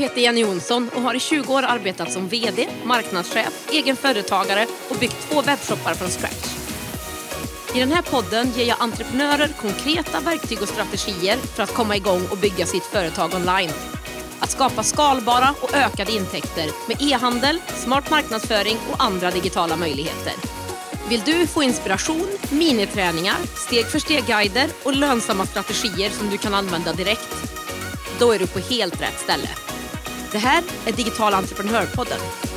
heter Jenny Jonsson och har i 20 år arbetat som vd, marknadschef, egen företagare och byggt 2 webbshoppar från scratch. I den här podden ger jag entreprenörer konkreta verktyg och strategier för att komma igång och bygga sitt företag online. Att skapa skalbara och ökade intäkter med e-handel, smart marknadsföring och andra digitala möjligheter. Vill du få inspiration, miniträningar, steg för steg-guider och lönsamma strategier som du kan använda direkt? Då är du på helt rätt ställe. Det här är Digital Entreprenörpodden.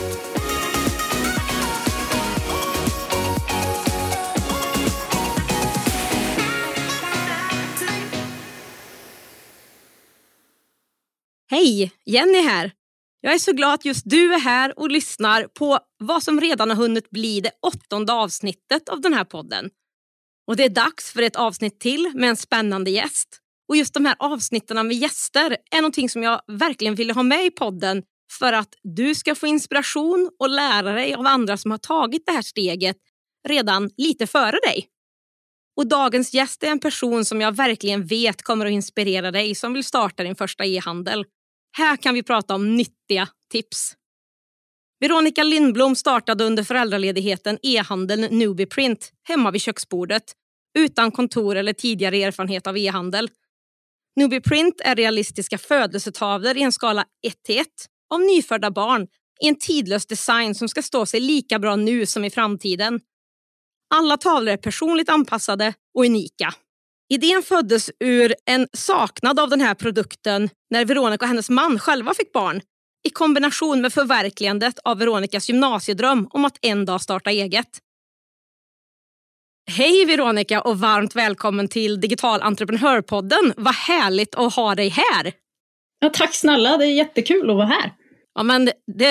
Hej, Jenny här. Jag är så glad att just du är här och lyssnar på vad som redan har hunnit bli det 8:e avsnittet av den här podden. Och det är dags för ett avsnitt till med en spännande gäst. Och just de här avsnitten med gäster är någonting som jag verkligen ville ha med i podden för att du ska få inspiration och lära dig av andra som har tagit det här steget redan lite före dig. Och dagens gäst är en person som jag verkligen vet kommer att inspirera dig som vill starta din första e-handel. Här kan vi prata om nyttiga tips. Veronica Lindblom startade under föräldraledigheten e-handeln Nubiprint hemma vid köksbordet utan kontor eller tidigare erfarenhet av e-handel. Nubiprint är realistiska födelsetavlor i en skala 1:1 av nyfödda barn i en tidlös design som ska stå sig lika bra nu som i framtiden. Alla tavlor är personligt anpassade och unika. Idén föddes ur en saknad av den här produkten när Veronica och hennes man själva fick barn, i kombination med förverkligandet av Veronicas gymnasiedröm om att en dag starta eget. Hej Veronica och varmt välkommen till Digital Entreprenörpodden. Vad härligt att ha dig här. Ja, tack snälla, det är jättekul att vara här. Ja, men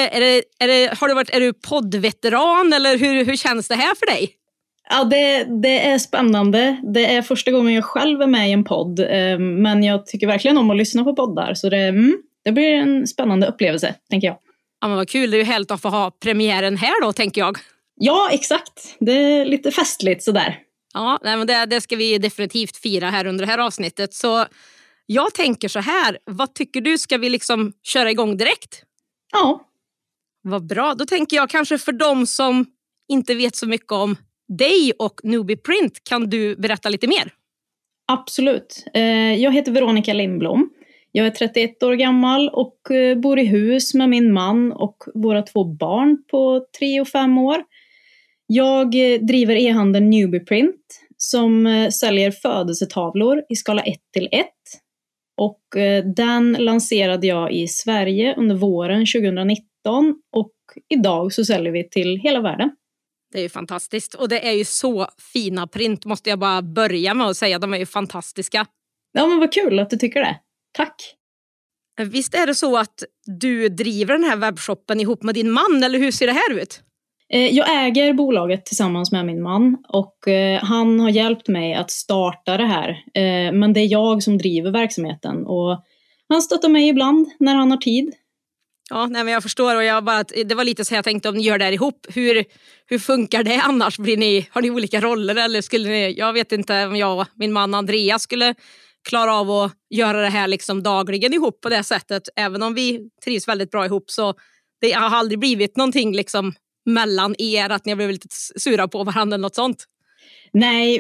är du poddveteran eller hur känns det här för dig? Ja, det är spännande. Det är första gången jag själv är med i en podd. Men jag tycker verkligen om att lyssna på poddar. Så det blir en spännande upplevelse, tänker jag. Ja, men vad kul. Det är ju helt att få ha premiären här då, tänker jag. Ja, exakt. Det är lite festligt sådär. Ja, men det ska vi definitivt fira här under det här avsnittet. Så jag tänker så här. Vad tycker du? Ska vi liksom köra igång direkt? Ja. Vad bra. Då tänker jag kanske för dem som inte vet så mycket om dig och Nubiprint, kan du berätta lite mer? Absolut. Jag heter Veronica Lindblom. Jag är 31 år gammal och bor i hus med min man och våra 2 barn på 3 och 5 år. Jag driver e-handeln Nubiprint som säljer födelsetavlor i skala 1:1. Och den lanserade jag i Sverige under våren 2019 och idag så säljer vi till hela världen. Det är ju fantastiskt. Och det är ju så fina print, måste jag bara börja med att säga. De är ju fantastiska. Ja, men vad kul att du tycker det. Tack. Visst är det så att du driver den här webbshoppen ihop med din man, eller hur ser det här ut? Jag äger bolaget tillsammans med min man och han har hjälpt mig att starta det här. Men det är jag som driver verksamheten och han stöttar mig ibland när han har tid. Ja, nej, men jag förstår och det var lite så jag tänkte om ni gör det här ihop. Hur funkar det annars? Har ni olika roller eller jag vet inte om jag och min man Andreas skulle klara av att göra det här liksom dagligen ihop på det sättet. Även om vi trivs väldigt bra ihop så det har aldrig blivit någonting liksom mellan er att ni har blivit lite sura på varandra eller något sånt. Nej,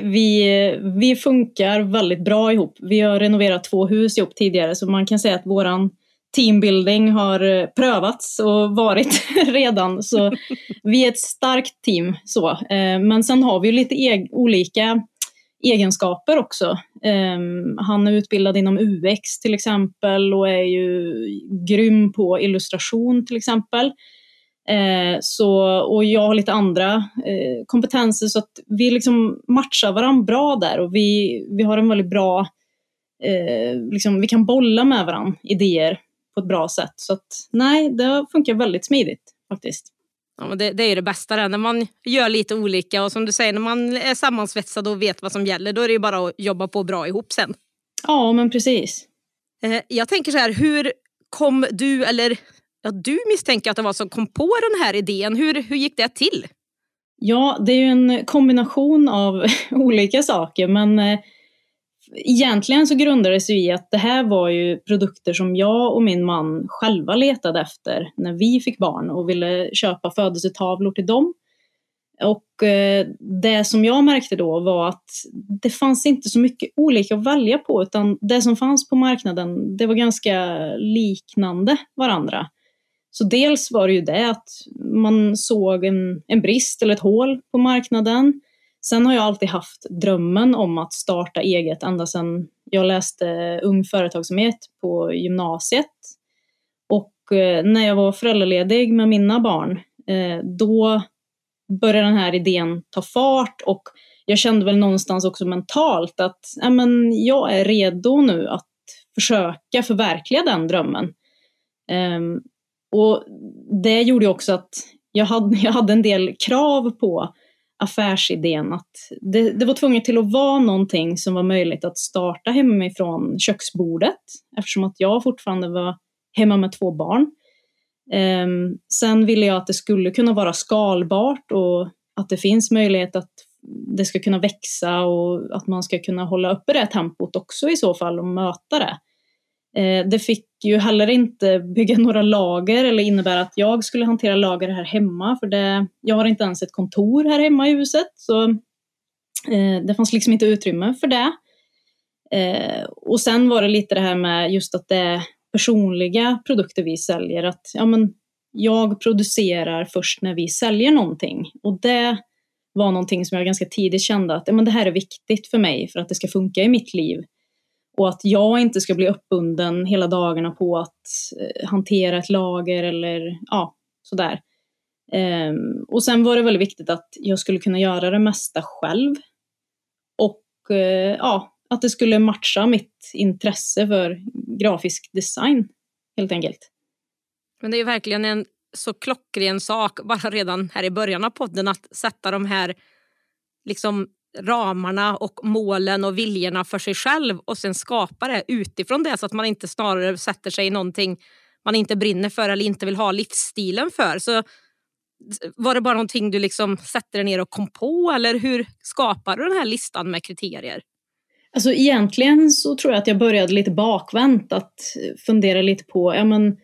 vi funkar väldigt bra ihop. Vi har renoverat 2 hus ihop tidigare så man kan säga att våran teambuilding har prövats och varit redan. Så vi är ett starkt team. Så. Men sen har vi lite olika egenskaper också. Han är utbildad inom UX till exempel och är ju grym på illustration till exempel. Och jag har lite andra kompetenser så att vi liksom matchar varandra bra där och vi har en väldigt bra vi kan bolla med varandra idéer på ett bra sätt. Så att nej, det funkar väldigt smidigt faktiskt. Ja, men det är ju det bästa där, när man gör lite olika och som du säger, när man är sammansvetsad och vet vad som gäller, då är det ju bara att jobba på bra ihop sen. Ja, men precis. Jag tänker så här, hur kom du, eller du misstänker att det var som kom på den här idén, hur gick det till? Ja, det är ju en kombination av olika saker, men egentligen så grundade det sig i att det här var ju produkter som jag och min man själva letade efter när vi fick barn och ville köpa födelsetavlor till dem. Och det som jag märkte då var att det fanns inte så mycket olika att välja på, utan det som fanns på marknaden, det var ganska liknande varandra. Så dels var det ju det att man såg en brist eller ett hål på marknaden. Sen har jag alltid haft drömmen om att starta eget ända sedan jag läste Ung Företagsamhet på gymnasiet. Och när jag var föräldraledig med mina barn, då började den här idén ta fart, och jag kände väl någonstans också mentalt att jag är redo nu att försöka förverkliga den drömmen. Och det gjorde också att jag hade en del krav på affärsidén, att det var tvunget till att vara någonting som var möjligt att starta hemifrån köksbordet, eftersom att jag fortfarande var hemma med 2 barn. Sen ville jag att det skulle kunna vara skalbart och att det finns möjlighet att det ska kunna växa och att man ska kunna hålla uppe det tempot också i så fall och möta det. Det fick ju heller inte bygga några lager eller innebära att jag skulle hantera lager här hemma, för jag har inte ens ett kontor här hemma i huset, så det fanns liksom inte utrymme för det. Och sen var det lite det här med just att det är personliga produkter vi säljer, att jag producerar först när vi säljer någonting, och det var någonting som jag ganska tidigt kände att det här är viktigt för mig för att det ska funka i mitt liv. Och att jag inte ska bli uppbunden hela dagarna på att hantera ett lager eller sådär. Och sen var det väldigt viktigt att jag skulle kunna göra det mesta själv. Och att det skulle matcha mitt intresse för grafisk design helt enkelt. Men det är ju verkligen en så klockren sak bara redan här i början av podden att sätta de här liksom ramarna och målen och viljorna för sig själv och sen skapa det utifrån det, så att man inte snarare sätter sig i någonting man inte brinner för eller inte vill ha livsstilen för. Så var det bara någonting du liksom sätter dig ner och kom på, eller hur skapar du den här listan med kriterier? Alltså egentligen så tror jag att jag började lite bakvänt att fundera lite på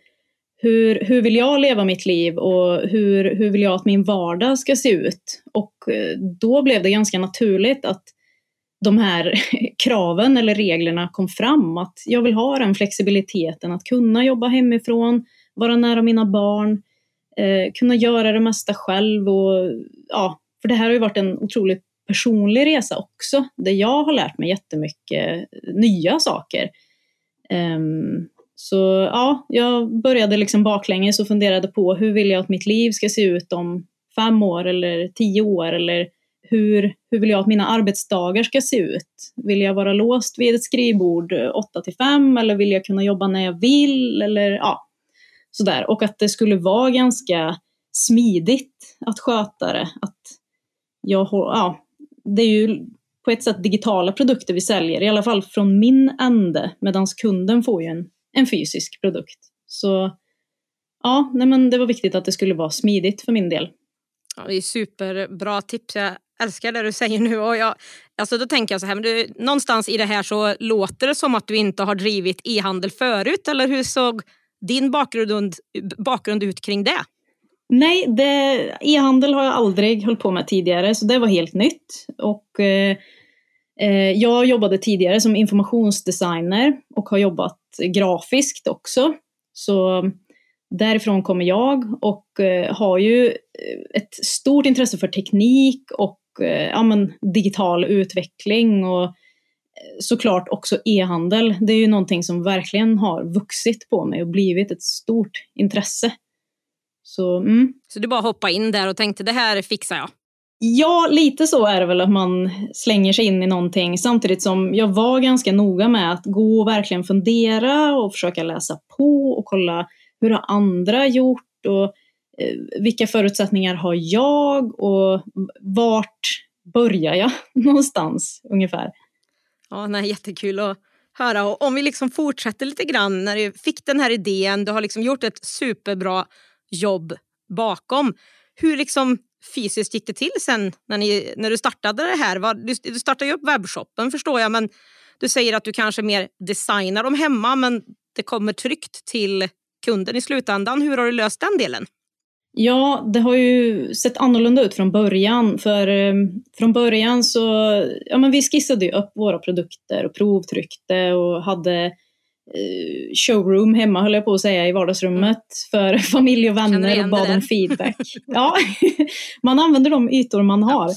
hur vill jag leva mitt liv och hur vill jag att min vardag ska se ut? Och då blev det ganska naturligt att de här kraven eller reglerna kom fram. Att jag vill ha den flexibiliteten att kunna jobba hemifrån, vara nära mina barn, kunna göra det mesta själv. Och, för det här har ju varit en otroligt personlig resa också, där jag har lärt mig jättemycket nya saker. Så jag började liksom baklänges och funderade på hur vill jag att mitt liv ska se ut om 5 år eller 10 år, eller hur vill jag att mina arbetsdagar ska se ut? Vill jag vara låst vid ett skrivbord 8-5, eller vill jag kunna jobba när jag vill, eller sådär. Och att det skulle vara ganska smidigt att sköta det. Att det är ju på ett sätt digitala produkter vi säljer, i alla fall från min ände, medan kunden får ju en fysisk produkt. Så det var viktigt att det skulle vara smidigt för min del. Ja, det är superbra tips. Jag älskar det du säger nu. Och då tänker jag så här, men någonstans i det här så låter det som att du inte har drivit e-handel förut, eller hur såg din bakgrund ut kring det? Nej, e-handel har jag aldrig hållit på med tidigare, så det var helt nytt. Och jag jobbade tidigare som informationsdesigner och har jobbat grafiskt också. Så därifrån kommer jag och har ju ett stort intresse för teknik och digital utveckling, och såklart också e-handel. Det är ju någonting som verkligen har vuxit på mig och blivit ett stort intresse. Så du bara hoppade in där och tänkte det här fixar jag? Ja, lite så är det väl, att man slänger sig in i någonting, samtidigt som jag var ganska noga med att gå och verkligen fundera och försöka läsa på och kolla hur har andra gjort och vilka förutsättningar har jag och vart börjar jag någonstans ungefär. Ja, jättekul att höra. Och om vi liksom fortsätter lite grann, när du fick den här idén, du har liksom gjort ett superbra jobb bakom. Hur liksom fysiskt gick det till sen när du startade det här? Du startade ju upp webbshoppen, förstår jag, men Du säger att du kanske mer designar dem hemma, men det kommer tryggt till kunden i slutändan. Hur har du löst den delen? Ja, det har ju sett annorlunda ut från början. För från början så, ja men vi skissade ju upp våra produkter och provtryckte och hade showroom hemma, höll jag på att säga, i vardagsrummet för familj och vänner och bad om feedback. Ja, man använder de ytor man har.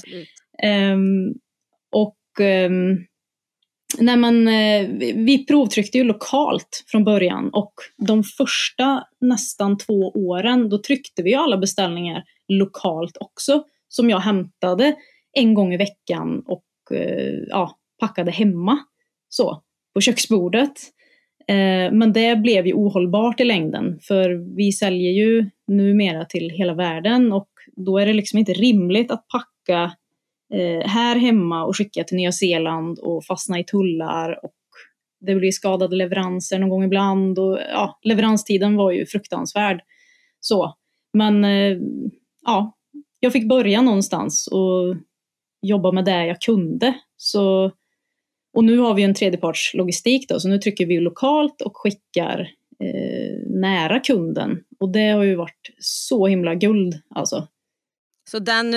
Nej, men vi provtryckte ju lokalt från början, och de första nästan 2 åren då tryckte vi alla beställningar lokalt också, som jag hämtade en gång i veckan och packade hemma så på köksbordet. Men det blev ju ohållbart i längden, för vi säljer ju numera till hela världen, och då är det liksom inte rimligt att packa här hemma och skicka till Nya Zeeland och fastna i tullar, och det blir skadade leveranser någon gång ibland, och ja, leveranstiden var ju fruktansvärd. Så, men jag fick börja någonstans och jobba med det jag kunde. Så, och nu har vi en tredjeparts logistik då, så nu trycker vi lokalt och skickar nära kunden, och det har ju varit så himla guld alltså. Så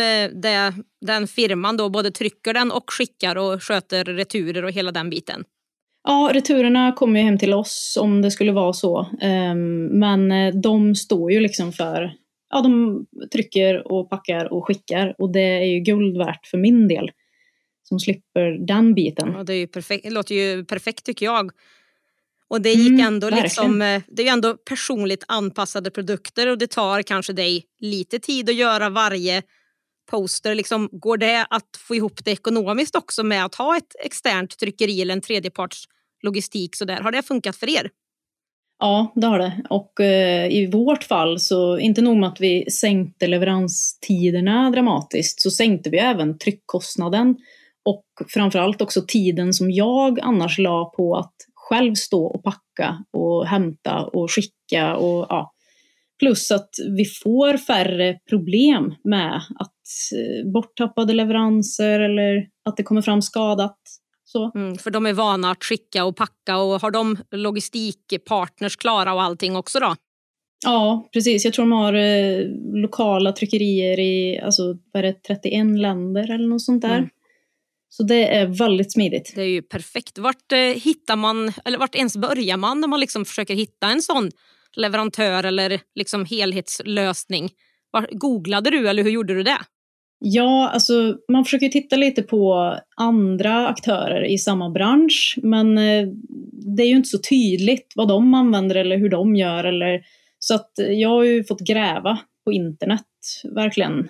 den firman då både trycker den och skickar och sköter returer och hela den biten? Ja, returerna kommer ju hem till oss om det skulle vara så. Men de står ju liksom för, ja, de trycker och packar och skickar, och det är ju guld värt för min del som slipper den biten. Ja, det är ju perfekt. Det låter ju perfekt tycker jag. Och det gick ändå liksom, det är ju ändå personligt anpassade produkter, och det tar kanske dig lite tid att göra varje poster. Liksom, går det att få ihop det ekonomiskt också med att ha ett externt tryckeri eller en tredjeparts logistik så där? Har det funkat för er? Ja, det har det. Och i vårt fall, så inte nog med att vi sänkte leveranstiderna dramatiskt, så sänkte vi även tryckkostnaden, och framförallt också tiden som jag annars la på att själv stå och packa och hämta och skicka, och ja. Plus att vi får färre problem med att borttappade leveranser eller att det kommer fram skadat. Så. För de är vana att skicka och packa, och har de logistikpartners klara och allting också då? Ja, precis. Jag tror de har lokala tryckerier i 31 länder eller något sånt där. Så det är väldigt smidigt. Det är ju perfekt. Vart hittar man, eller vart ens börjar man när man liksom försöker hitta en sån leverantör eller liksom helhetslösning? Googlade du eller hur gjorde du det? Ja, alltså man försöker titta lite på andra aktörer i samma bransch, men det är ju inte så tydligt vad de använder eller hur de gör. Så att jag har ju fått gräva på internet verkligen,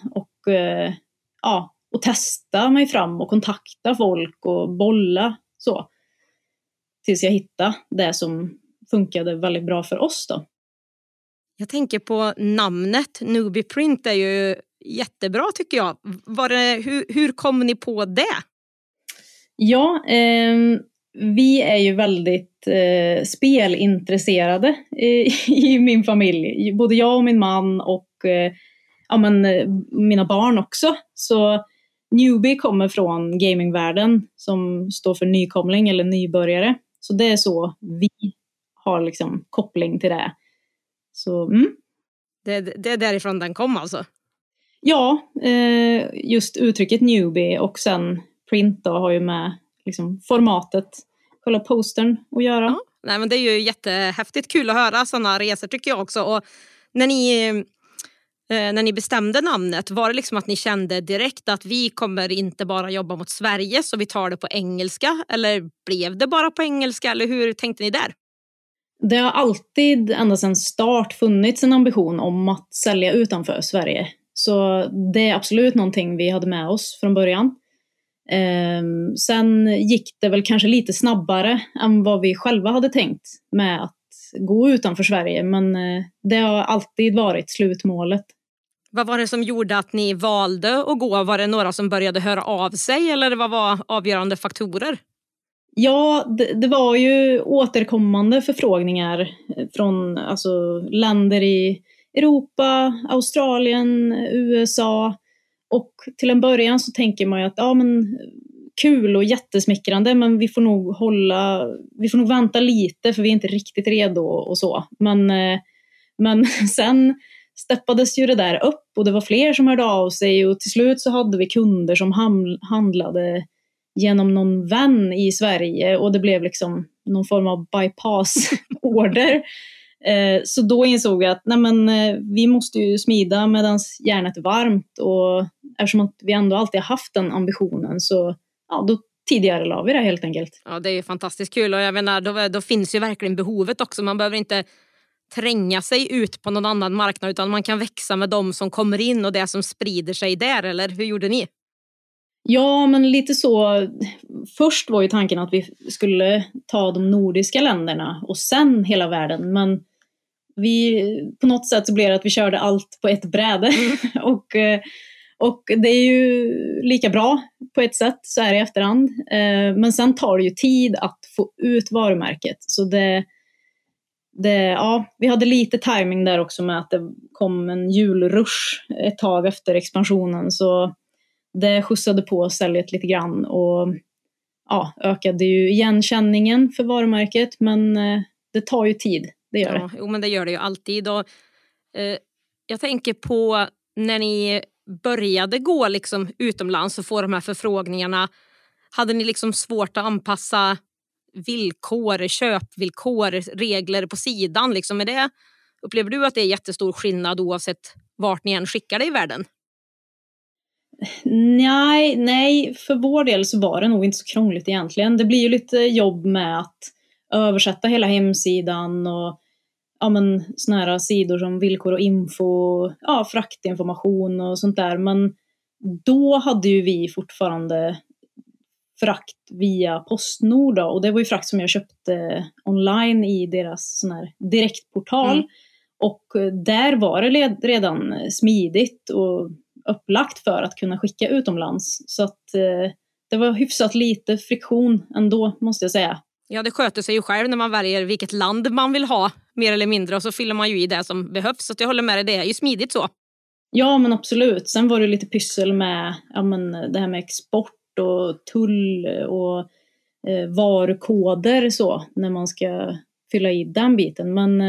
och testa mig fram och kontakta folk och bolla så tills jag hittade det som funkade väldigt bra för oss då. Jag tänker på namnet Newbie Print är ju jättebra tycker jag. Hur kom ni på det? Ja, vi är ju väldigt spelintresserade i min familj. Både jag och min man och mina barn också. Så Newbie kommer från gamingvärlden som står för nykomling eller nybörjare. Så det är så vi har liksom koppling till det. Så, Det är därifrån den kom alltså? Ja, just uttrycket newbie och sen print då har ju med liksom formatet, själva postern att göra. Ja, nej, men det är ju jättehäftigt, kul att höra sådana resor tycker jag också. Och när ni bestämde namnet, var det liksom att ni kände direkt att vi kommer inte bara jobba mot Sverige så vi tar det på engelska? Eller blev det bara på engelska? Eller hur tänkte ni där? Det har alltid ända sedan start funnits en ambition om att sälja utanför Sverige. Så det är absolut någonting vi hade med oss från början. Sen gick det väl kanske lite snabbare än vad vi själva hade tänkt med att gå utanför Sverige. Men det har alltid varit slutmålet. Vad var det som gjorde att ni valde att gå? Var det några som började höra av sig eller vad var avgörande faktorer? Ja, det var ju återkommande förfrågningar från länder i Europa, Australien, USA. Och till en början så tänker man ju att kul och jättesmickrande, men vi får nog vänta lite för vi är inte riktigt redo och så. Men sen steppades ju det där upp och det var fler som hörde av sig och till slut så hade vi kunder som handlade genom någon vän i Sverige och det blev liksom någon form av bypass-order. Så då insåg jag att vi måste ju smida medan järnet är varmt och eftersom att vi ändå alltid har haft den ambitionen så då tidigare la vi det helt enkelt. Ja, det är ju fantastiskt kul och jag menar, då finns ju verkligen behovet också. Man behöver inte tränga sig ut på någon annan marknad utan man kan växa med de som kommer in och det som sprider sig där, eller hur gjorde ni? Ja, men lite så. Först var ju tanken att vi skulle ta de nordiska länderna och sen hela världen, men på något sätt så blev det att vi körde allt på ett bräde och det är ju lika bra på ett sätt så är det i efterhand. Men sen tar det ju tid att få ut varumärket. Så vi hade lite timing där också med att det kom en julrush ett tag efter expansionen. Så det skjutsade på säljet lite grann och ökade ju igenkänningen för varumärket. Men det tar ju tid, det gör det. Jo, men det gör det ju alltid. Och, jag tänker på när ni började gå liksom utomlands och få de här förfrågningarna. Hade ni liksom svårt att anpassa villkor, köpvillkor, regler på sidan? Liksom, upplever du att det är jättestor skillnad oavsett vart ni än skickar det i världen? Nej, för vår del så var det nog inte så krångligt egentligen. Det blir ju lite jobb med att översätta hela hemsidan och såna här sidor som villkor och info, fraktinformation och sånt där. Men då hade ju vi fortfarande frakt via Postnord då, och det var ju frakt som jag köpte online i deras sån här direktportal. Och där var det redan smidigt och upplagt för att kunna skicka utomlands. Så att det var hyfsat lite friktion ändå, måste jag säga. Ja, det sköter sig ju själv när man väljer vilket land man vill ha, mer eller mindre. Och så fyller man ju i det som behövs. Så att jag håller med dig, det är ju smidigt så. Ja, men absolut. Sen var det lite pyssel med det här med export och tull och varukoder så, när man ska fylla i den biten.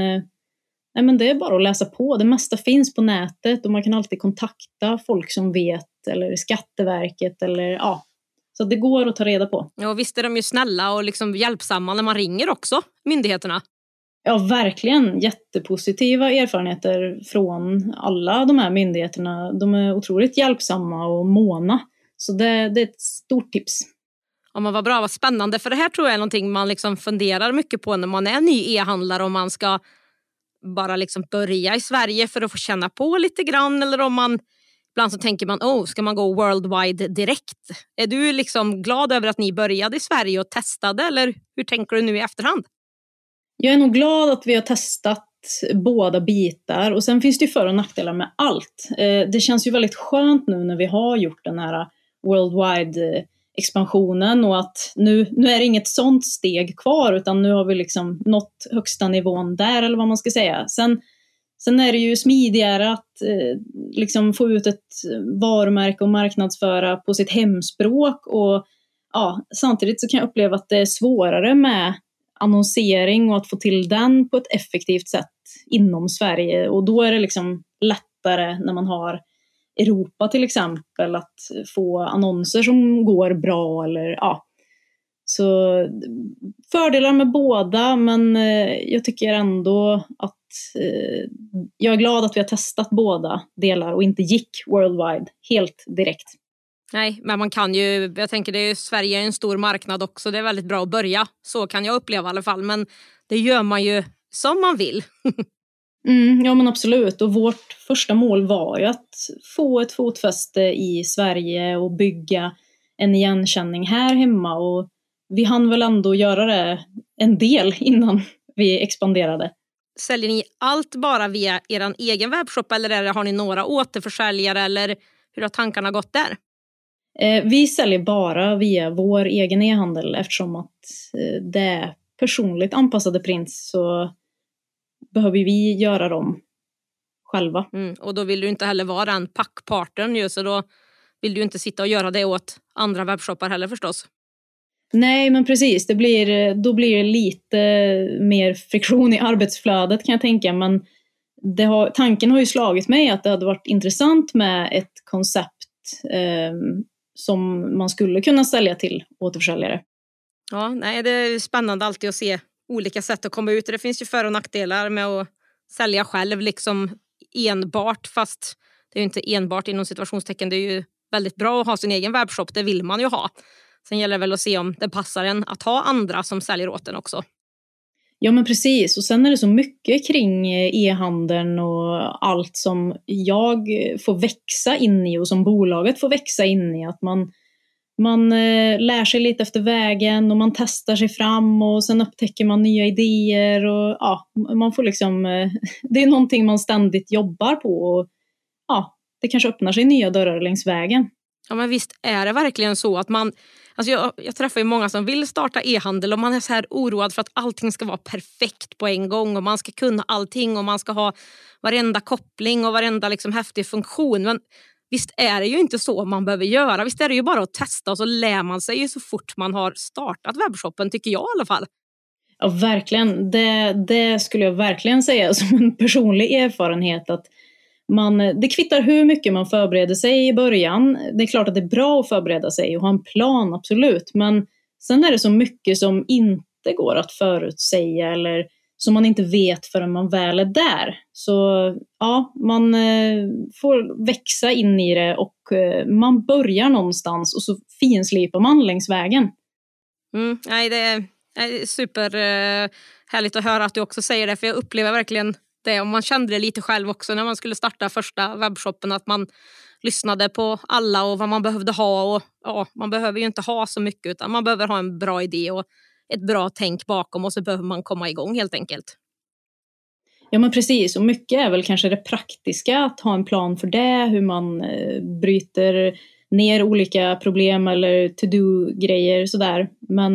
Men det är bara att läsa på. Det mesta finns på nätet och man kan alltid kontakta folk som vet, eller Skatteverket eller så det går att ta reda på. Ja, visst är de ju snälla och liksom hjälpsamma när man ringer också, myndigheterna. Ja, verkligen. Jättepositiva erfarenheter från alla de här myndigheterna. De är otroligt hjälpsamma och måna. Så det är ett stort tips. Ja, men vad bra, vad spännande. För det här tror jag är någonting man liksom funderar mycket på när man är ny e-handlare. Om man ska bara liksom börja i Sverige för att få känna på lite grann. Eller om man, ibland så tänker man, ska man gå worldwide direkt? Är du liksom glad över att ni började i Sverige och testade? Eller hur tänker du nu i efterhand? Jag är nog glad att vi har testat båda bitar. Och sen finns det ju för- och nackdelar med allt. Det känns ju väldigt skönt nu när vi har gjort den här worldwide expansionen. Och att nu är det inget sånt steg kvar, utan nu har vi liksom nått högsta nivån där, eller vad man ska säga. Sen är det ju smidigare att liksom få ut ett varumärke och marknadsföra på sitt hemspråk. Och samtidigt så kan jag uppleva att det är svårare med annonsering och att få till den på ett effektivt sätt inom Sverige. Och då är det liksom lättare när man har Europa till exempel att få annonser som går bra eller Så fördelar med båda, men jag tycker ändå att jag är glad att vi har testat båda delar och inte gick worldwide helt direkt. Nej, men man kan ju, jag tänker Sverige är en stor marknad också, det är väldigt bra att börja. Så kan jag uppleva i alla fall, men det gör man ju som man vill. Ja, men absolut, och vårt första mål var ju att få ett fotfäste i Sverige och bygga en igenkänning här hemma, och vi hann väl ändå göra det en del innan vi expanderade. Säljer ni allt bara via er egen webbshop eller har ni några återförsäljare, eller hur har tankarna gått där? Vi säljer bara via vår egen e-handel eftersom att det är personligt anpassade prints, så behöver vi göra dem själva. Och då vill du inte heller vara den packpartnern ju, så då vill du inte sitta och göra det åt andra webbshoppar heller förstås. Nej, men precis. Då blir det lite mer friktion i arbetsflödet kan jag tänka. Men tanken har ju slagit mig att det hade varit intressant med ett koncept som man skulle kunna sälja till återförsäljare. Ja, nej, det är spännande alltid att se olika sätt att komma ut. Det finns ju för- och nackdelar med att sälja själv liksom enbart, fast det är ju inte enbart inom situationstecken. Det är ju väldigt bra att ha sin egen webbshop, det vill man ju ha. Sen gäller det väl att se om det passar en att ha andra som säljer åt en också. Ja, men precis. Och sen är det så mycket kring e-handeln och allt som jag får växa in i och som bolaget får växa in i. Att man lär sig lite efter vägen och man testar sig fram och sen upptäcker man nya idéer. Och ja, man får liksom, det är någonting man ständigt jobbar på och ja, det kanske öppnar sig nya dörrar längs vägen. Ja, men visst är det verkligen så att man... Alltså jag träffar ju många som vill starta e-handel och man är så här oroad för att allting ska vara perfekt på en gång och man ska kunna allting och man ska ha varenda koppling och varenda liksom häftig funktion. Men visst är det ju inte så man behöver göra. Visst är det ju bara att testa och så lär man sig ju så fort man har startat webbshoppen, tycker jag i alla fall. Ja, verkligen. Det skulle jag verkligen säga som en personlig erfarenhet att det kvittar hur mycket man förbereder sig i början. Det är klart att det är bra att förbereda sig och ha en plan, absolut. Men sen är det så mycket som inte går att förutsäga eller som man inte vet förrän man väl är där. Så ja, man får växa in i det och man börjar någonstans och så finslipar man längs vägen. Nej, det är super härligt att höra att du också säger det, för jag upplever verkligen det, och man kände det lite själv också när man skulle starta första webbshoppen, att man lyssnade på alla och vad man behövde ha, och ja, man behöver ju inte ha så mycket utan man behöver ha en bra idé och ett bra tänk bakom och så behöver man komma igång helt enkelt. Ja, men precis, och mycket är väl kanske det praktiska, att ha en plan för det, hur man bryter ner olika problem eller to-do-grejer sådär.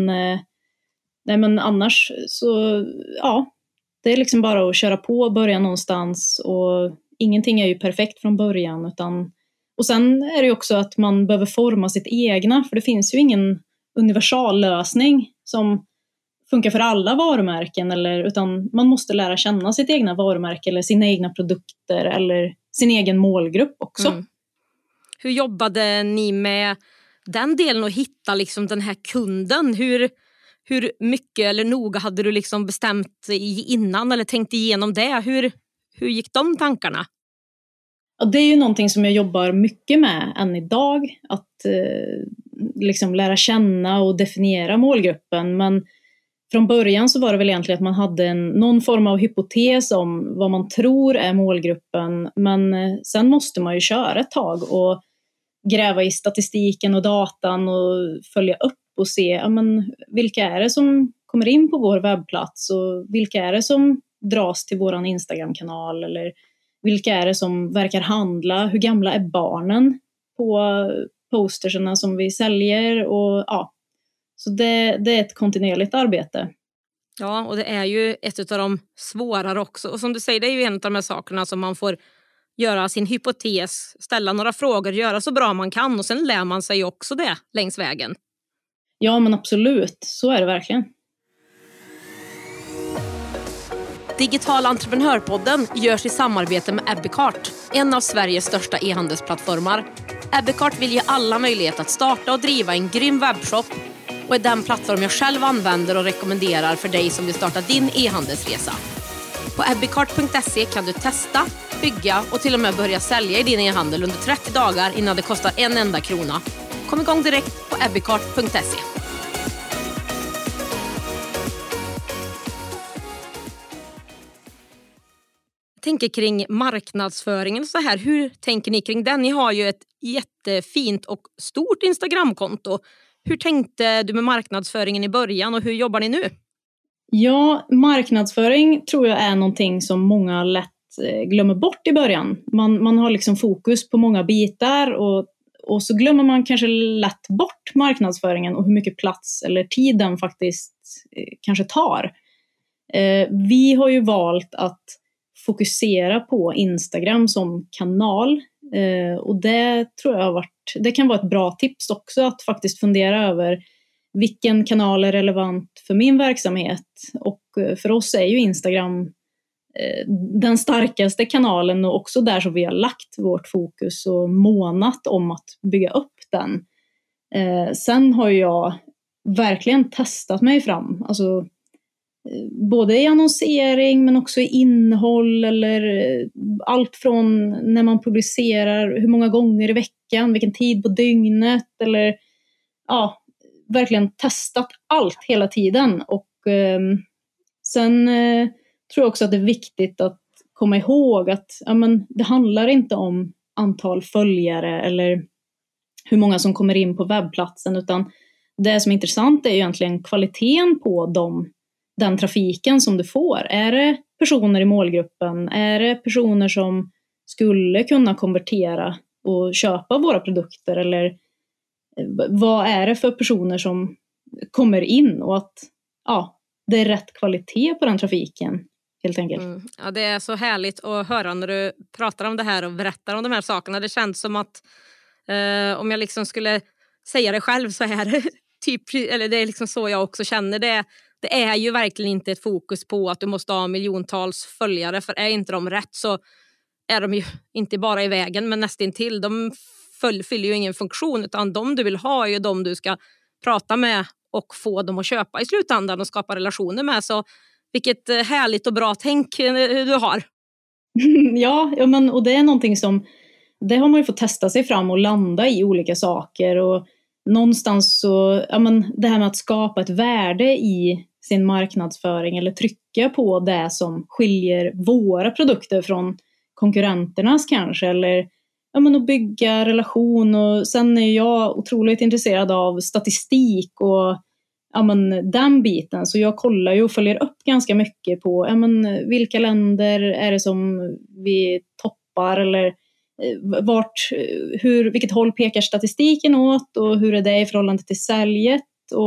Men annars så, ja, det är liksom bara att köra på och börja någonstans och ingenting är ju perfekt från början och sen är det ju också att man behöver forma sitt egna, för det finns ju ingen universallösning som funkar för alla varumärken utan man måste lära känna sitt egna varumärke eller sina egna produkter eller sin egen målgrupp också. Hur jobbade ni med den delen och hitta liksom den här kunden? Hur mycket eller noga hade du liksom bestämt innan eller tänkt igenom det? Hur gick de tankarna? Ja, det är ju någonting som jag jobbar mycket med än idag. Att liksom lära känna och definiera målgruppen. Men från början så var det väl egentligen att man hade någon form av hypotes om vad man tror är målgruppen. Men sen måste man ju köra ett tag och gräva i statistiken och datan och följa upp och se vilka är det som kommer in på vår webbplats och vilka är det som dras till våran Instagram-kanal eller vilka är det som verkar handla, hur gamla är barnen på posterserna som vi säljer och ja, så det är ett kontinuerligt arbete. Ja, och det är ju ett av de svårare också, och som du säger, det är ju en av de här sakerna som man får göra sin hypotes, ställa några frågor, göra så bra man kan och sen lär man sig också det längs vägen. Ja, men absolut, så är det verkligen. Digital entreprenörpodden görs i samarbete med Ebbecart, en av Sveriges största e-handelsplattformar. Ebbecart vill ge alla möjlighet att starta och driva en grym webbshop och är den plattform jag själv använder och rekommenderar för dig som vill starta din e-handelsresa. På ebbecart.se kan du testa, bygga och till och med börja sälja i din e-handel under 30 dagar innan det kostar en enda krona. Kom igång direkt på ebbecart.se. Jag tänker kring marknadsföringen så här. Hur tänker ni kring den? Ni har ju ett jättefint och stort Instagramkonto. Hur tänkte du med marknadsföringen i början och hur jobbar ni nu? Ja, marknadsföring tror jag är någonting som många lätt glömmer bort i början. Man har liksom fokus på många bitar och så glömmer man kanske lätt bort marknadsföringen och hur mycket plats eller tid den faktiskt kanske tar. Vi har ju valt att fokusera på Instagram som kanal och det tror jag har varit det kan vara ett bra tips också att faktiskt fundera över vilken kanal är relevant för min verksamhet. Och för oss är ju Instagram den starkaste kanalen och också där som vi har lagt vårt fokus och månat om att bygga upp den. Sen har jag verkligen testat mig fram, alltså både i annonsering men också i innehåll eller allt från när man publicerar, hur många gånger i veckan, vilken tid på dygnet, eller ja, verkligen testat allt hela tiden. Och sen tror jag också att det är viktigt att komma ihåg att det handlar inte om antal följare eller hur många som kommer in på webbplatsen, utan det som är intressant är ju egentligen kvaliteten på den trafiken som du får. Är det personer i målgruppen? Är det personer som skulle kunna konvertera och köpa våra produkter? Eller vad är det för personer som kommer in? Och att det är rätt kvalitet på den trafiken, helt enkelt. Ja, det är så härligt att höra när du pratar om det här och berättar om de här sakerna. Det känns som att om jag liksom skulle säga det själv så här typ, eller det är liksom så jag också känner det. Det är ju verkligen inte ett fokus på att du måste ha miljontals följare, för är inte de rätt så är de ju inte bara i vägen men nästintill. De fyller ju ingen funktion, utan de du vill ha är ju de du ska prata med och få dem att köpa i slutändan och skapa relationer med. Så vilket härligt och bra tänk du har. Ja, men och det är någonting som det har man ju fått testa sig fram och landa i olika saker, och någonstans så, det här med att skapa ett värde i sin marknadsföring eller trycka på det som skiljer våra produkter från konkurrenternas kanske, eller att bygga relation. Och sen är jag otroligt intresserad av statistik och den biten, så jag kollar ju och följer upp ganska mycket på vilka länder är det som vi toppar, eller vilket håll pekar statistiken åt och hur är det i förhållande till säljet,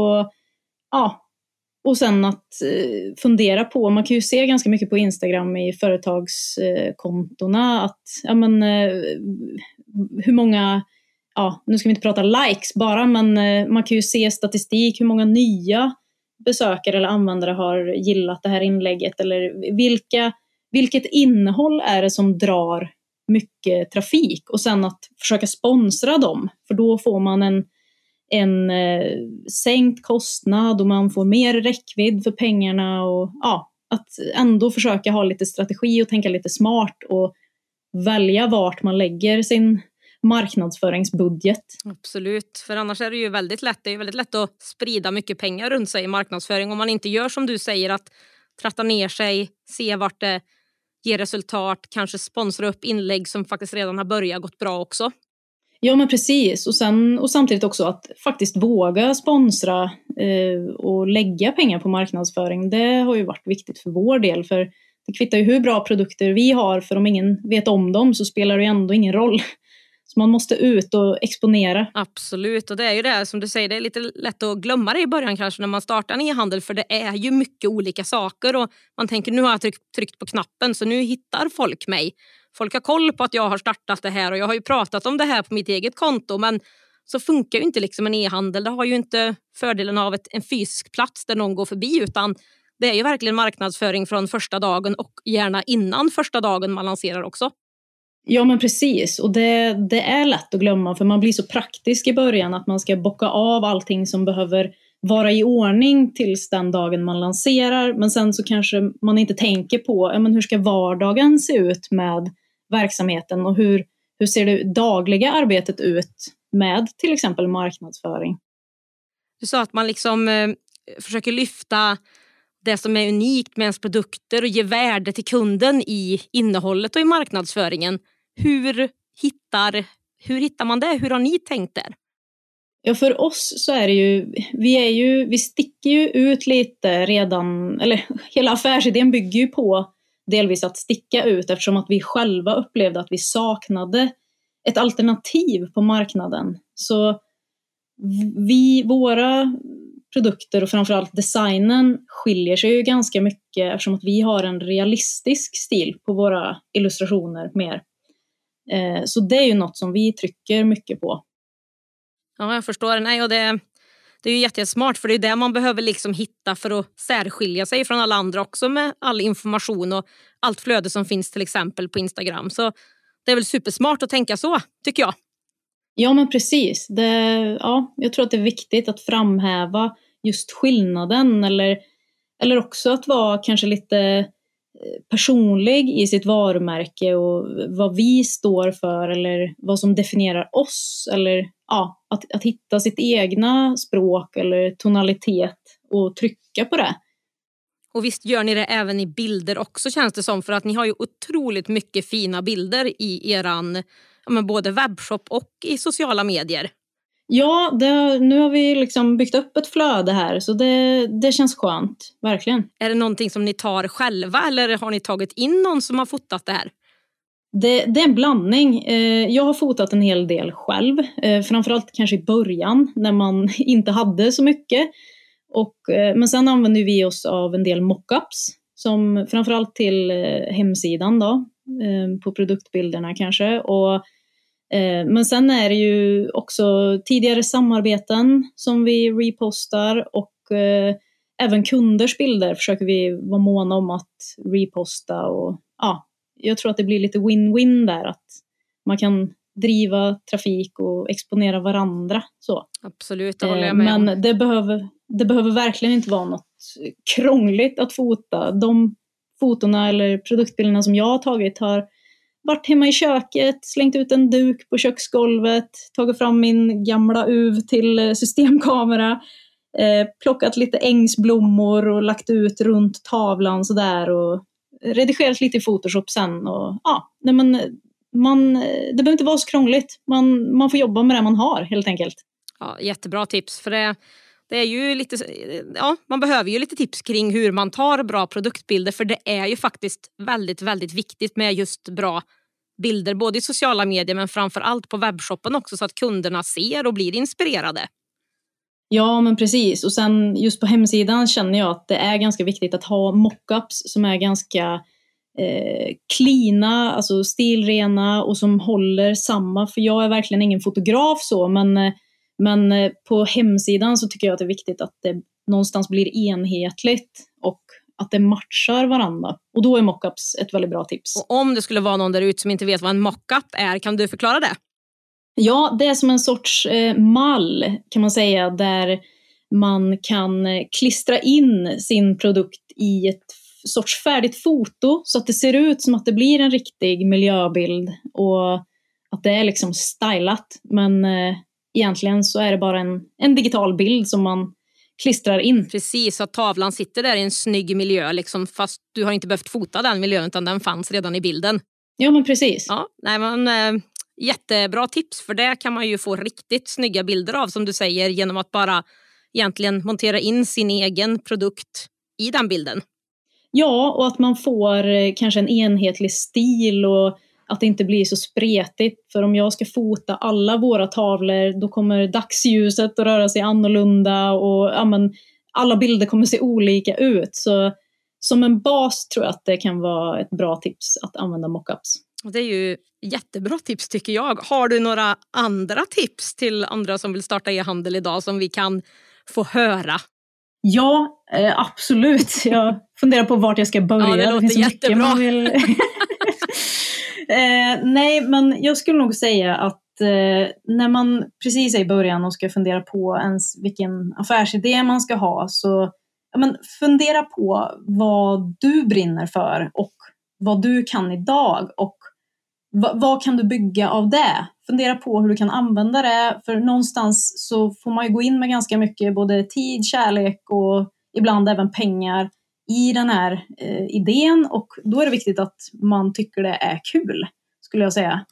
och sen att fundera på, man kan ju se ganska mycket på Instagram i företagskontona att hur många, nu ska vi inte prata likes bara, men man kan ju se statistik, hur många nya besökare eller användare har gillat det här inlägget, eller vilket innehåll är det som drar mycket trafik, och sen att försöka sponsra dem, för då får man en sänkt kostnad och man får mer räckvidd för pengarna, och att ändå försöka ha lite strategi och tänka lite smart och välja vart man lägger sin marknadsföringsbudget. Absolut, för annars är det ju väldigt lätt att sprida mycket pengar runt sig i marknadsföring om man inte gör som du säger, att tratta ner sig, se vart det ger resultat, kanske sponsra upp inlägg som faktiskt redan har börjat gått bra också. Ja, men precis. Och samtidigt också att faktiskt våga sponsra och lägga pengar på marknadsföring. Det har ju varit viktigt för vår del, för det kvittar ju hur bra produkter vi har, för om ingen vet om dem så spelar det ändå ingen roll. Så man måste ut och exponera. Absolut, och det är ju det som du säger, det är lite lätt att glömma det i början kanske när man startar en e-handel, för det är ju mycket olika saker och man tänker nu har jag tryckt på knappen så nu hittar folk mig. Folk har koll på att jag har startat det här och jag har ju pratat om det här på mitt eget konto, men så funkar ju inte liksom en e-handel. Det har ju inte fördelen av en fysisk plats där någon går förbi, utan det är ju verkligen marknadsföring från första dagen och gärna innan första dagen man lanserar också. Ja, men precis, och det är lätt att glömma, för man blir så praktisk i början att man ska bocka av allting som behöver vara i ordning tills den dagen man lanserar, men sen så kanske man inte tänker på hur ska vardagen se ut med verksamheten och hur ser det dagliga arbetet ut med till exempel marknadsföring. Du sa att man liksom försöker lyfta det som är unikt med ens produkter och ge värde till kunden i innehållet och i marknadsföringen. Hur hittar man det? Hur har ni tänkt där? Ja, för oss så är det ju, vi sticker ju ut lite redan, eller hela affärsidén bygger ju på delvis att sticka ut, eftersom att vi själva upplevde att vi saknade ett alternativ på marknaden. Så våra produkter och framförallt designen skiljer sig ju ganska mycket, eftersom att vi har en realistisk stil på våra illustrationer mer. Så det är ju något som vi trycker mycket på. Ja, jag förstår. Nej, och det är ju jättesmart, för det är det man behöver liksom hitta för att särskilja sig från alla andra också, med all information och allt flöde som finns till exempel på Instagram. Så det är väl supersmart att tänka så, tycker jag. Ja, men precis. Jag tror att det är viktigt att framhäva just skillnaden, eller också att vara kanske lite personlig i sitt varumärke och vad vi står för eller vad som definierar oss, eller att hitta sitt egna språk eller tonalitet och trycka på det. Och visst gör ni det även i bilder också, känns det som, för att ni har ju otroligt mycket fina bilder i eran både webbshop och i sociala medier. Ja, nu har vi liksom byggt upp ett flöde här, så det känns skönt, verkligen. Är det någonting som ni tar själva, eller har ni tagit in någon som har fotat det här? Det är en blandning. Jag har fotat en hel del själv, framförallt kanske i början när man inte hade så mycket. Men sen använder vi oss av en del mockups, som framförallt till hemsidan då, på produktbilderna kanske. Men sen är det ju också tidigare samarbeten som vi repostar, och även kunders bilder försöker vi vara måna om att reposta. Och jag tror att det blir lite win-win där, att man kan driva trafik och exponera varandra. Så. Absolut, det håller jag med om. Men det behöver verkligen inte vara något krångligt att fota. De fotorna eller produktbilderna som jag har tagit har varit hemma i köket, slängt ut en duk på köksgolvet, tagit fram min gamla UV till systemkamera, plockat lite ängsblommor och lagt ut runt tavlan sådär, och redigerat lite i Photoshop sen. Och, det behöver inte vara så krångligt. Man får jobba med det man har, helt enkelt. Ja, jättebra tips, för det är ju lite, man behöver ju lite tips kring hur man tar bra produktbilder, för det är ju faktiskt väldigt, väldigt viktigt med just bra bilder, både i sociala medier men framför allt på webbshoppen också, så att kunderna ser och blir inspirerade. Ja, men precis. Och sen just på hemsidan känner jag att det är ganska viktigt att ha mockups som är ganska cleana, alltså stilrena, och som håller samma. För jag är verkligen ingen fotograf så, men på hemsidan så tycker jag att det är viktigt att det någonstans blir enhetligt och att det matchar varandra. Och då är mockups ett väldigt bra tips. Och om det skulle vara någon där ute som inte vet vad en mockup är, kan du förklara det? Ja, det är som en sorts mall, kan man säga, där man kan klistra in sin produkt i ett sorts färdigt foto så att det ser ut som att det blir en riktig miljöbild och att det är liksom stylat. Men egentligen så är det bara en digital bild som man klistrar in. Precis, så att tavlan sitter där i en snygg miljö liksom, fast du har inte behövt fota den miljön, utan den fanns redan i bilden. Ja, men precis. Ja, nej, men jättebra tips, för det kan man ju få riktigt snygga bilder av, som du säger, genom att bara egentligen montera in sin egen produkt i den bilden. Ja, och att man får kanske en enhetlig stil och att det inte blir så spretigt. För om jag ska fota alla våra tavlor, då kommer dagsljuset att röra sig annorlunda och alla bilder kommer se olika ut. Så som en bas tror jag att det kan vara ett bra tips att använda mockups. Det är ju jättebra tips, tycker jag. Har du några andra tips till andra som vill starta e-handel idag som vi kan få höra? Ja, absolut. Jag funderar på vart jag ska börja. Ja, det låter jättebra. Nej, men jag skulle nog säga att när man precis är i början och ska fundera på ens vilken affärsidé man ska ha, så fundera på vad du brinner för och vad du kan idag, och vad kan du bygga av det? Fundera på hur du kan använda det, för någonstans så får man ju gå in med ganska mycket både tid, kärlek och ibland även pengar i den här idén, och då är det viktigt att man tycker det är kul, skulle jag säga.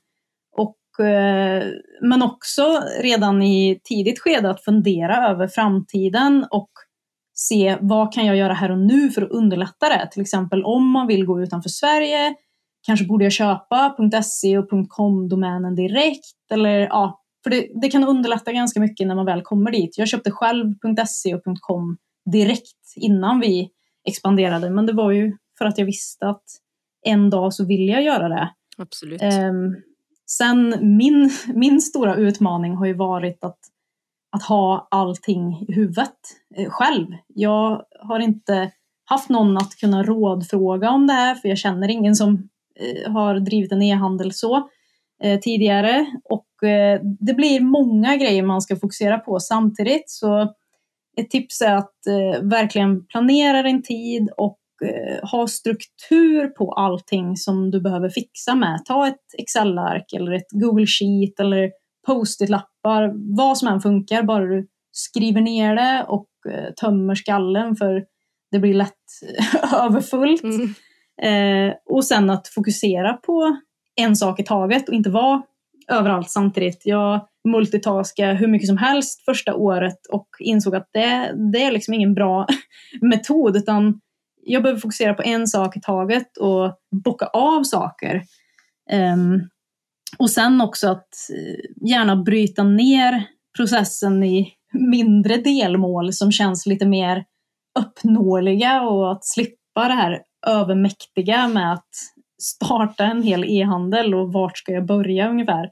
Men också redan i tidigt skede att fundera över framtiden och se vad kan jag göra här och nu för att underlätta det. Till exempel om man vill gå utanför Sverige, kanske borde jag köpa .se och .com-domänen direkt. Eller, för det kan underlätta ganska mycket när man väl kommer dit. Jag köpte själv .se och .com direkt innan vi expanderade. Men det var ju för att jag visste att en dag så vill jag göra det. Absolut. Sen min stora utmaning har ju varit att att ha allting i huvudet själv. Jag har inte haft någon att kunna rådfråga om det här, för jag känner ingen som har drivit en e-handel så tidigare. Och det blir många grejer man ska fokusera på samtidigt. Så ett tips är att verkligen planera din tid och ha struktur på allting som du behöver fixa med. Ta ett Excel-ark eller ett Google Sheet eller post-it-lappar. Vad som än funkar, bara du skriver ner det och tömmer skallen, för det blir lätt överfullt. Och sen att fokusera på en sak i taget och inte vara överallt samtidigt. Jag multitaskade hur mycket som helst första året och insåg att det är liksom ingen bra metod, utan jag behöver fokusera på en sak i taget och bocka av saker. Och sen också att gärna bryta ner processen i mindre delmål som känns lite mer uppnåeliga, och att slippa det här övermäktiga med att starta en hel e-handel och vart ska jag börja ungefär.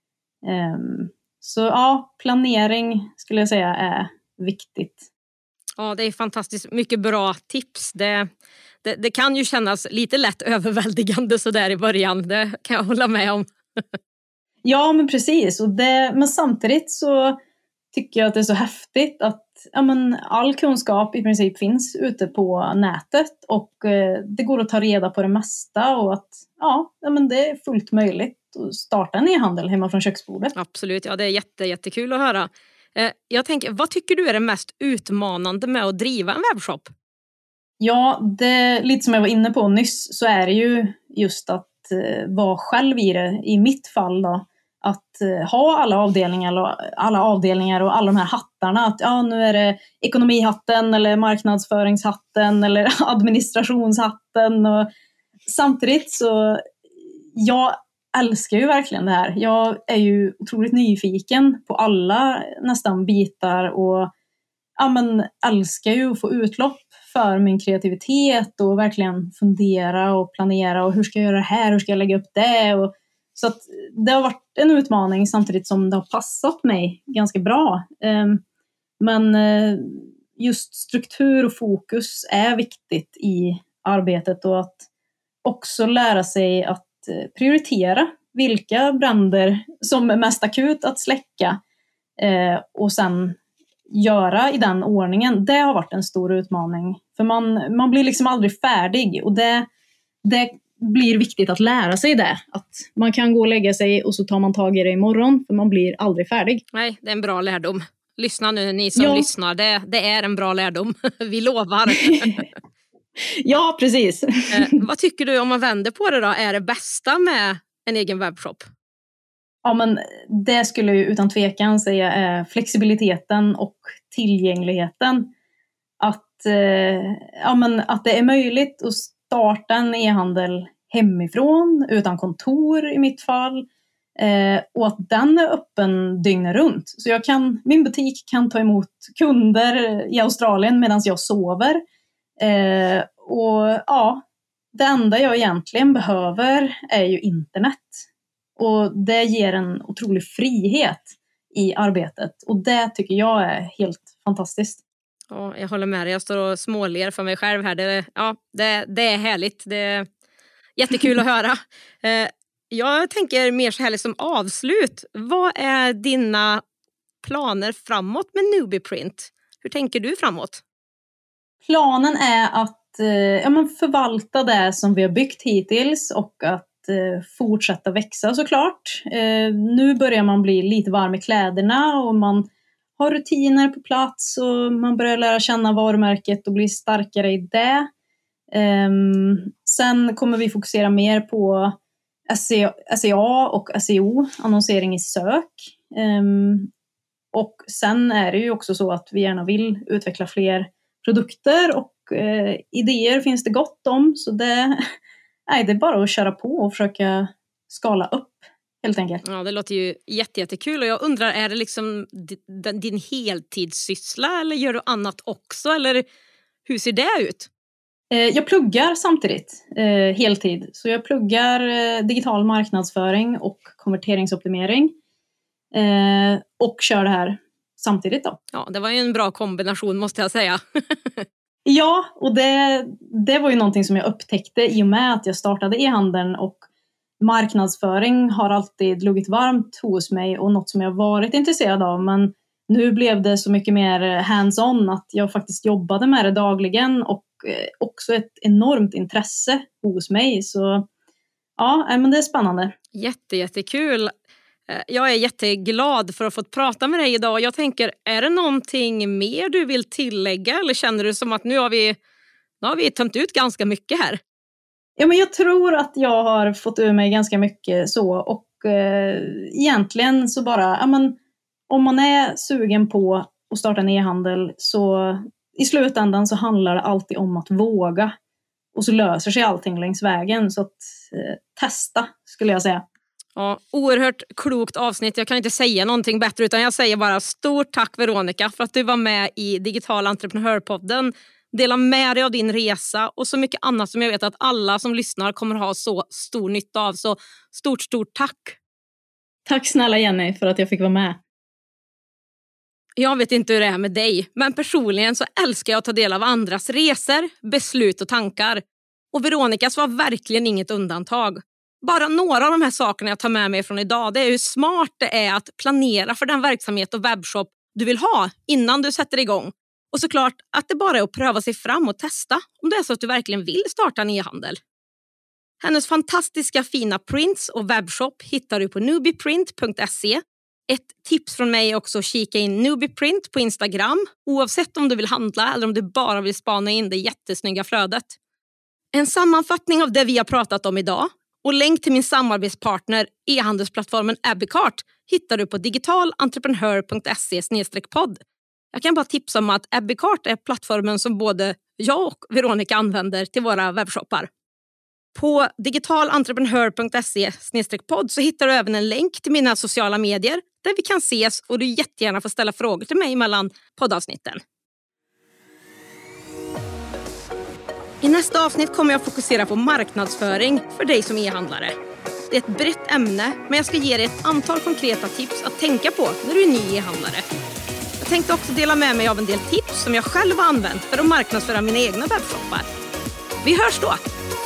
Så ja, planering skulle jag säga är viktigt. Ja, det är fantastiskt mycket bra tips. Det kan ju kännas lite lätt överväldigande så där i början. Det kan jag hålla med om. Ja, men precis. Men samtidigt så tycker jag att det är så häftigt att all kunskap i princip finns ute på nätet, och det går att ta reda på det mesta, och att det är fullt möjligt att starta en e-handel hemma från köksbordet. Absolut, ja, det är jättekul att höra. Jag tänker, vad tycker du är det mest utmanande med att driva en webbshop? Ja, lite som jag var inne på nyss, så är det ju just att vara själv i det. I mitt fall då, att ha alla avdelningar och alla de här hattarna. Att nu är det ekonomihatten eller marknadsföringshatten eller administrationshatten. Och samtidigt så, jag älskar ju verkligen det här. Jag är ju otroligt nyfiken på alla nästan bitar, och älskar ju att få utlopp för min kreativitet och verkligen fundera och planera, och hur ska jag göra det här, hur ska jag lägga upp det, och så att det har varit en utmaning samtidigt som det har passat mig ganska bra. Men just struktur och fokus är viktigt i arbetet, och att också lära sig att prioritera vilka bränder som är mest akut att släcka, och sen göra i den ordningen. Det har varit en stor utmaning, för man blir liksom aldrig färdig, och det blir viktigt att lära sig det. Att man kan gå och lägga sig och så tar man tag i det imorgon, för man blir aldrig färdig. Nej, det är en bra lärdom. Lyssna nu, ni som lyssnar. Det är en bra lärdom. Vi lovar. Ja, precis. Vad tycker du, om man vänder på det då, är det bästa med en egen webbshop? Ja, men det skulle jag utan tvekan säga är flexibiliteten och tillgängligheten. Att det är möjligt att starta en e-handel hemifrån, utan kontor i mitt fall. Och att den är öppen dygnet runt. Så min butik kan ta emot kunder i Australien medan jag sover. Det enda jag egentligen behöver är ju internet. Och det ger en otrolig frihet i arbetet. Och det tycker jag är helt fantastiskt. Ja, jag håller med dig. Jag står och småler för mig själv här. Det är härligt. Det är jättekul att höra. Jag tänker mer så här som avslut. Vad är dina planer framåt med Nubiprint? Hur tänker du framåt? Planen är att förvalta det som vi har byggt hittills, och att fortsätta växa såklart. Nu börjar man bli lite varm i kläderna, och man har rutiner på plats, och man börjar lära känna varumärket och bli starkare i det. Sen kommer vi fokusera mer på SEA och SEO, annonsering i sök. Och sen är det ju också så att vi gärna vill utveckla fler produkter, och idéer finns det gott om. Så det är bara att köra på och försöka skala upp helt enkelt. Ja, det låter ju jättekul, och jag undrar, är det liksom din heltidssyssla, eller gör du annat också, eller hur ser det ut? Jag pluggar samtidigt heltid, så jag pluggar digital marknadsföring och konverteringsoptimering, och kör det här samtidigt då. Ja, det var ju en bra kombination måste jag säga. Ja, och det var ju någonting som jag upptäckte i och med att jag startade e-handeln, och marknadsföring har alltid luggit varmt hos mig och något som jag varit intresserad av, men nu blev det så mycket mer hands-on att jag faktiskt jobbade med det dagligen, och också ett enormt intresse hos mig. Så ja, men det är spännande. Jättekul. Jag är jätteglad för att få prata med dig idag. Jag tänker, är det någonting mer du vill tillägga, eller känner du som att nu har vi tömt ut ganska mycket här? Ja, men jag tror att jag har fått ur mig ganska mycket så, och egentligen så bara, om man är sugen på att starta en e-handel, så i slutändan så handlar det alltid om att våga, och så löser sig allting längs vägen. Så att testa skulle jag säga. Ja, oerhört klokt avsnitt. Jag kan inte säga någonting bättre, utan jag säger bara stort tack Veronica för att du var med i Digital Entreprenörpodden. Dela med dig av din resa och så mycket annat som jag vet att alla som lyssnar kommer ha så stor nytta av. Så stort tack! Tack snälla Jenny för att jag fick vara med. Jag vet inte hur det är med dig, men personligen så älskar jag att ta del av andras resor, beslut och tankar. Och Veronicas var verkligen inget undantag. Bara några av de här sakerna jag tar med mig från idag, det är hur smart det är att planera för den verksamhet och webbshop du vill ha innan du sätter igång. Och såklart att det bara är att pröva sig fram och testa om det är så att du verkligen vill starta en e-handel. Hennes fantastiska fina prints och webbshop hittar du på newbieprint.se. Ett tips från mig är också att kika in newbieprint på Instagram, oavsett om du vill handla eller om du bara vill spana in det jättesnygga flödet. En sammanfattning av det vi har pratat om idag och länk till min samarbetspartner e-handelsplattformen Abbeycart hittar du på digitalentreprenör.se/podd. Jag kan bara tipsa om att Abbeycart är plattformen som både jag och Veronica använder till våra webbshoppar. På digitalentreprenör.se/podd så hittar du även en länk till mina sociala medier där vi kan ses, och du jättegärna får ställa frågor till mig mellan poddavsnitten. I nästa avsnitt kommer jag fokusera på marknadsföring för dig som e-handlare. Det är ett brett ämne, men jag ska ge dig ett antal konkreta tips att tänka på när du är ny e-handlare. Jag tänkte också dela med mig av en del tips som jag själv har använt för att marknadsföra mina egna webbshoppar. Vi hörs då!